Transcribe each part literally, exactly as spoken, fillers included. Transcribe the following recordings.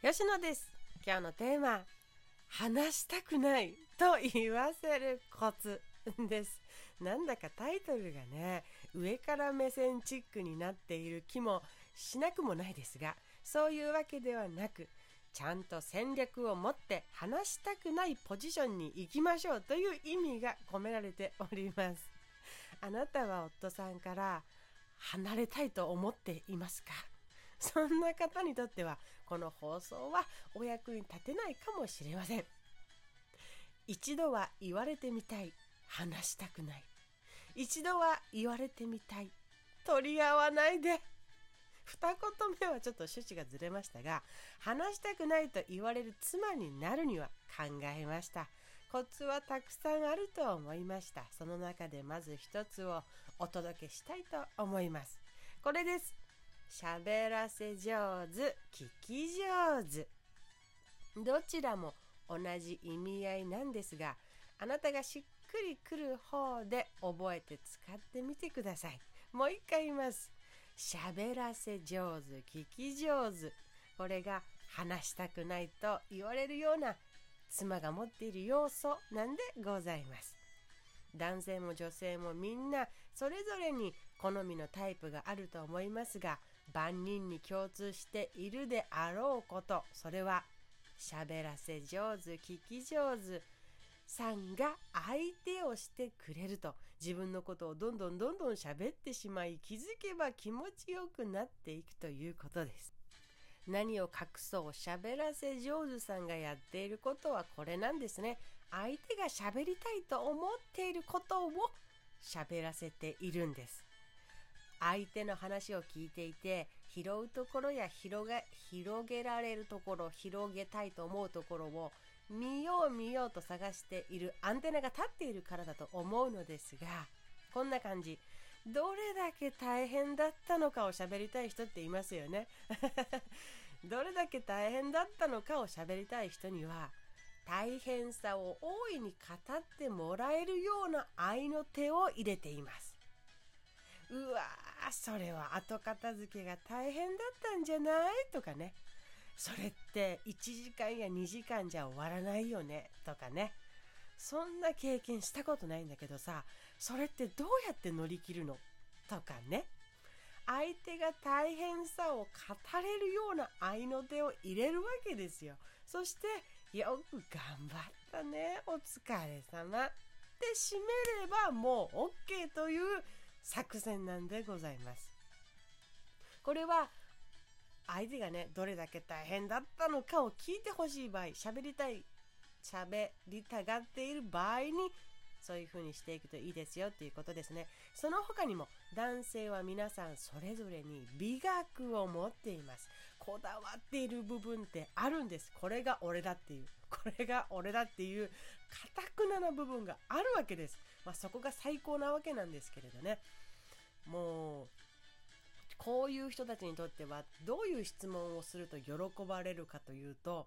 吉野です。今日のテーマ、話したくないと言わせるコツです。なんだかタイトルがね、上から目線チックになっている気もしなくもないですが、そういうわけではなく、ちゃんと戦略を持って話したくないポジションに行きましょうという意味が込められております。あなたは夫さんから離れたいと思っていますか？そんな方にとってはこの放送はお役に立てないかもしれません。一度は言われてみたい、話したくない。一度は言われてみたい、取り合わないで。二言目はちょっと趣旨がずれましたが、話したくないと言われる妻になるには考えました。コツはたくさんあると思いました。その中でまず一つをお届けしたいと思います。これです。喋らせ上手、聞き上手。どちらも同じ意味合いなんですが、あなたがしっくりくる方で覚えて使ってみてください。もう一回言います。喋らせ上手、聞き上手。これが話したくないと言われるような妻が持っている要素なんでございます。男性も女性もみんなそれぞれに好みのタイプがあると思いますが、万人に共通しているであろうこと、それは喋らせ上手、聞き上手さんが相手をしてくれると、自分のことをどんどんどんどん喋ってしまい、気づけば気持ちよくなっていくということです。何を隠そう、喋らせ上手さんがやっていることはこれなんですね。相手が喋りたいと思っていることを喋らせているんです。相手の話を聞いていて、拾うところや広げ、広げられるところ、広げたいと思うところを見よう見ようと探しているアンテナが立っているからだと思うのですが、こんな感じ。どれだけ大変だったのかを喋りたい人っていますよね。どれだけ大変だったのかを喋りたい人には、大変さを大いに語ってもらえるような愛の手を入れています。うわー、それは後片付けが大変だったんじゃないとかね。それっていちじかんやにじかんじゃ終わらないよねとかね。そんな経験したことないんだけどさ、それってどうやって乗り切るのとかね。相手が大変さを語れるような愛の手を入れるわけですよ。そしてよく頑張ったね、お疲れ様って締めればもう OK という作戦なんでございます。これは相手がね、どれだけ大変だったのかを聞いてほしい場合、喋りたい喋りたがっている場合にそういう風にしていくといいですよっていうことですね。その他にも男性は皆さんそれぞれに美学を持っています。こだわっている部分ってあるんです。これが俺だっていう、これが俺だっていう堅くなな部分があるわけです。まあ、そこが最高なわけなんですけれどね。もうこういう人たちにとってはどういう質問をすると喜ばれるかというと、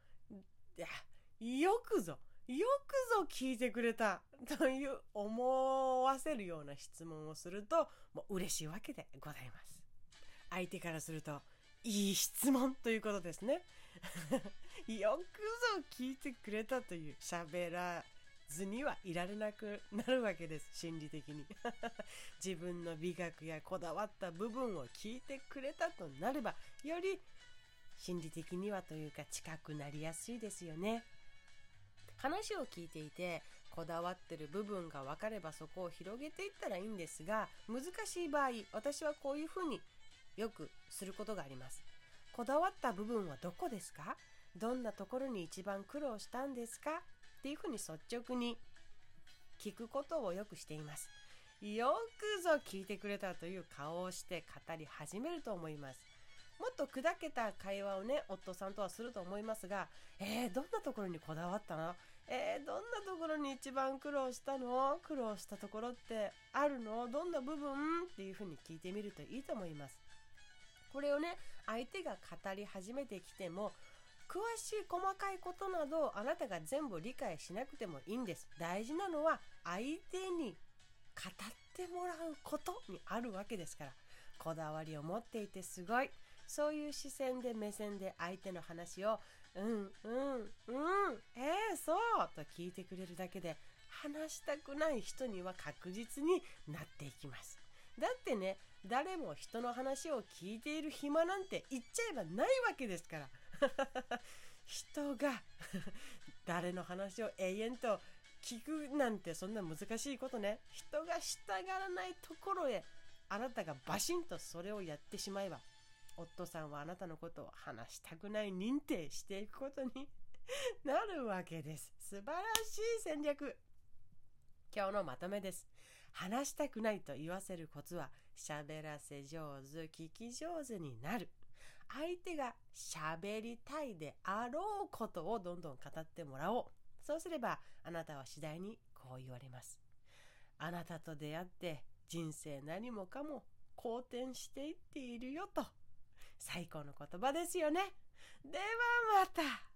よくぞよくぞ聞いてくれたという思わせるような質問をするともう嬉しいわけでございます。相手からするといい質問ということですね。よくぞ聞いてくれたという、喋らずにはいられなくなるわけです。心理的に自分の美学やこだわった部分を聞いてくれたとなれば、より心理的にはというか近くなりやすいですよね。話を聞いていてこだわってる部分が分かればそこを広げていったらいいんですが、難しい場合、私はこういうふうによくすることがあります。こだわった部分はどこですか？どんなところに一番苦労したんですか？っていうふうに率直に聞くことをよくしています。よくぞ聞いてくれたという顔をして語り始めると思います。もっと砕けた会話をね、夫さんとはすると思いますが、えー、どんなところにこだわったの？えー、どんなところに一番苦労したの？苦労したところってあるの？どんな部分？っていうふうに聞いてみるといいと思います。これをね、相手が語り始めてきても、詳しい細かいことなどあなたが全部理解しなくてもいいんです。大事なのは相手に語ってもらうことにあるわけですから。こだわりを持っていてすごい。 そういう視線で目線で相手の話をうんうんうんえー、そうと聞いてくれるだけで、話したくない人には確実になっていきます。だってね、誰も人の話を聞いている暇なんて言っちゃえばないわけですから人が誰の話を永遠と聞くなんてそんな難しいことね。人が従わないところへあなたがバシンとそれをやってしまえば、夫さんはあなたのことを話したくない認定していくことになるわけです。素晴らしい戦略。今日のまとめです。話したくないと言わせるコツは、喋らせ上手、聞き上手になる。相手が喋りたいであろうことをどんどん語ってもらおう。そうすればあなたは次第にこう言われます。あなたと出会って人生何もかも好転していっているよと。最高の言葉ですよね。ではまた。